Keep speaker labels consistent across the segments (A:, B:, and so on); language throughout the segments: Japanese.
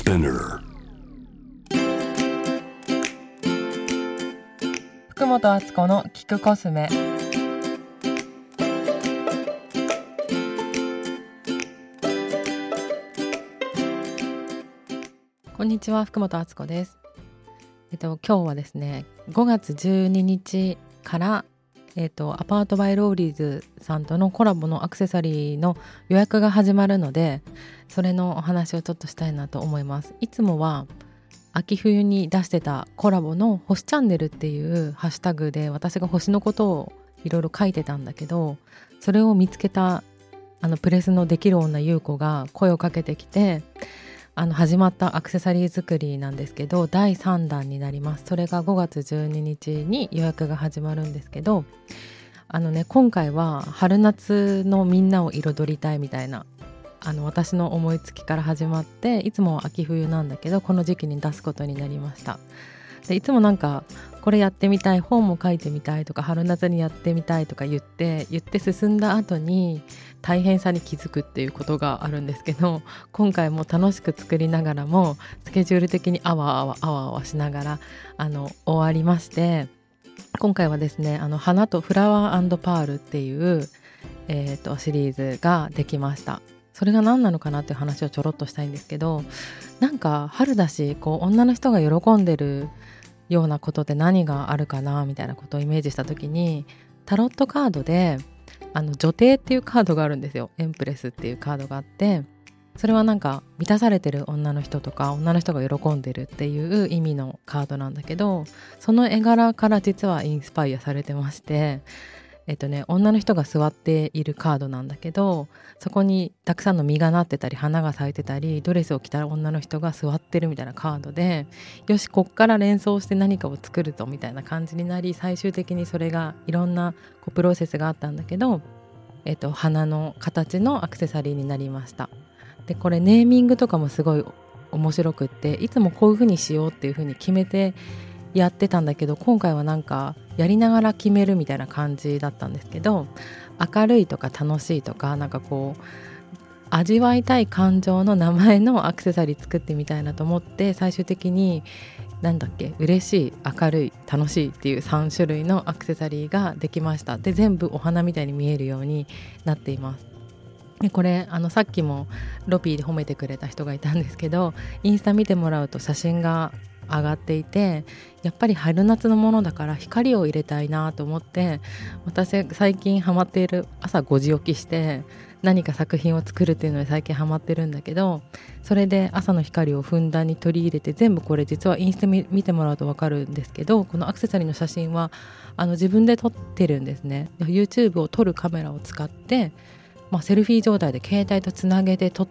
A: Spinner
B: 福本敦子の聞くコスメ。こんにちは、福本敦子です。今日はですね、5月12日からアパートバイローリーズさんとのコラボのアクセサリーの予約が始まるので、それのお話をちょっとしたいなと思います。いつもは秋冬に出してたコラボの星チャンネルっていうハッシュタグで私が星のことをいろいろ書いてたんだけど、それを見つけたプレスのできる女優子が声をかけてきて、始まったアクセサリー作りなんですけど、第3弾になります。それが5月12日に予約が始まるんですけど、今回は春夏のみんなを彩りたいみたいな私の思いつきから始まって、いつもは秋冬なんだけどこの時期に出すことになりました。でいつもなんかこれやってみたい、本も書いてみたいとか春夏にやってみたいとか言って進んだ後に大変さに気づくっていうことがあるんですけど、今回も楽しく作りながらもスケジュール的にあわあわしながら終わりまして、今回はですね花とフラワー&パールっていう、シリーズができました。それが何なのかなっていう話をちょろっとしたいんですけど、なんか春だし女の人が喜んでるようなことって何があるかなみたいなことをイメージした時に、タロットカードで女帝っていうカードがあるんですよ。エンプレスっていうカードがあって、それはなんか満たされてる女の人とか女の人が喜んでるっていう意味のカードなんだけど、その絵柄から実はインスパイアされてまして、女の人が座っているカードなんだけど、そこにたくさんの実がなってたり花が咲いてたりドレスを着た女の人が座ってるみたいなカードで、よしこっから連想して何かを作るとみたいな感じになり、最終的にそれがいろんなプロセスがあったんだけど、花の形のアクセサリーになりました。でこれネーミングとかもすごい面白くって、いつもこういう風にしようっていう風に決めてやってたんだけど、今回はなんかやりながら決めるみたいな感じだったんですけど、明るいとか楽しいとかなんか味わいたい感情の名前のアクセサリー作ってみたいなと思って、最終的に嬉しい、明るい、楽しいっていう3種類のアクセサリーができました。で全部お花みたいに見えるようになっています。でこれさっきもロピーで褒めてくれた人がいたんですけど、インスタ見てもらうと写真が上がっていて、やっぱり春夏のものだから光を入れたいなと思って、私最近ハマっている朝5時起きして何か作品を作るっていうのに最近ハマってるんだけど、それで朝の光をふんだんに取り入れて、全部これ実はインスタ見てもらうと分かるんですけど、このアクセサリーの写真は自分で撮ってるんですね。 YouTube を撮るカメラを使って、セルフィー状態で携帯とつなげて撮って、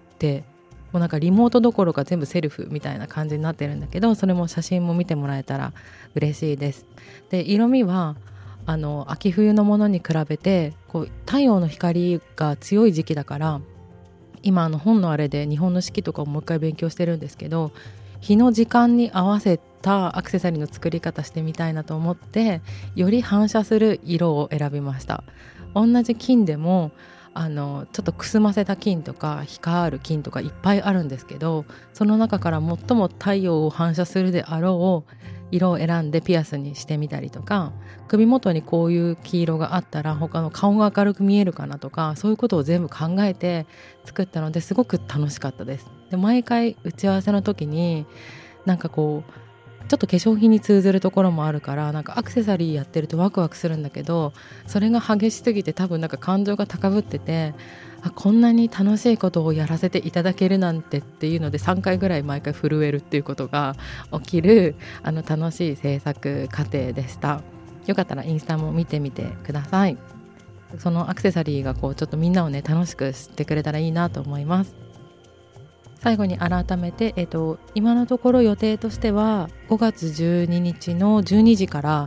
B: もうなんかリモートどころか全部セルフみたいな感じになってるんだけど、それも写真も見てもらえたら嬉しいです。で色味は秋冬のものに比べて太陽の光が強い時期だから、今本のあれで日本の四季とかをもう一回勉強してるんですけど、日の時間に合わせたアクセサリーの作り方してみたいなと思って、より反射する色を選びました。同じ金でもちょっとくすませた金とか光る金とかいっぱいあるんですけど、その中から最も太陽を反射するであろう色を選んでピアスにしてみたりとか、首元にこういう黄色があったら他の顔が明るく見えるかなとか、そういうことを全部考えて作ったので、すごく楽しかったです。で毎回打ち合わせの時になんかちょっと化粧品に通ずるところもあるから、なんかアクセサリーやってるとワクワクするんだけど、それが激しすぎて多分なんか感情が高ぶってて、こんなに楽しいことをやらせていただけるなんてっていうので3回ぐらい毎回震えるっていうことが起きる楽しい制作過程でした。よかったらインスタも見てみてください。そのアクセサリーがちょっとみんなをね楽しくしてくれたらいいなと思います。最後に改めて、今のところ予定としては5月12日の12時から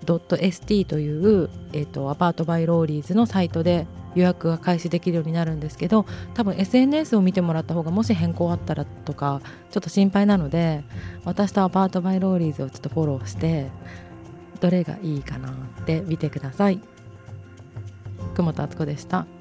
B: .st という、アパートバイローリーズのサイトで予約が開始できるようになるんですけど、多分 SNS を見てもらった方がもし変更あったらとかちょっと心配なので、私とアパートバイローリーズをちょっとフォローしてどれがいいかなって見てください。福本敦子でした。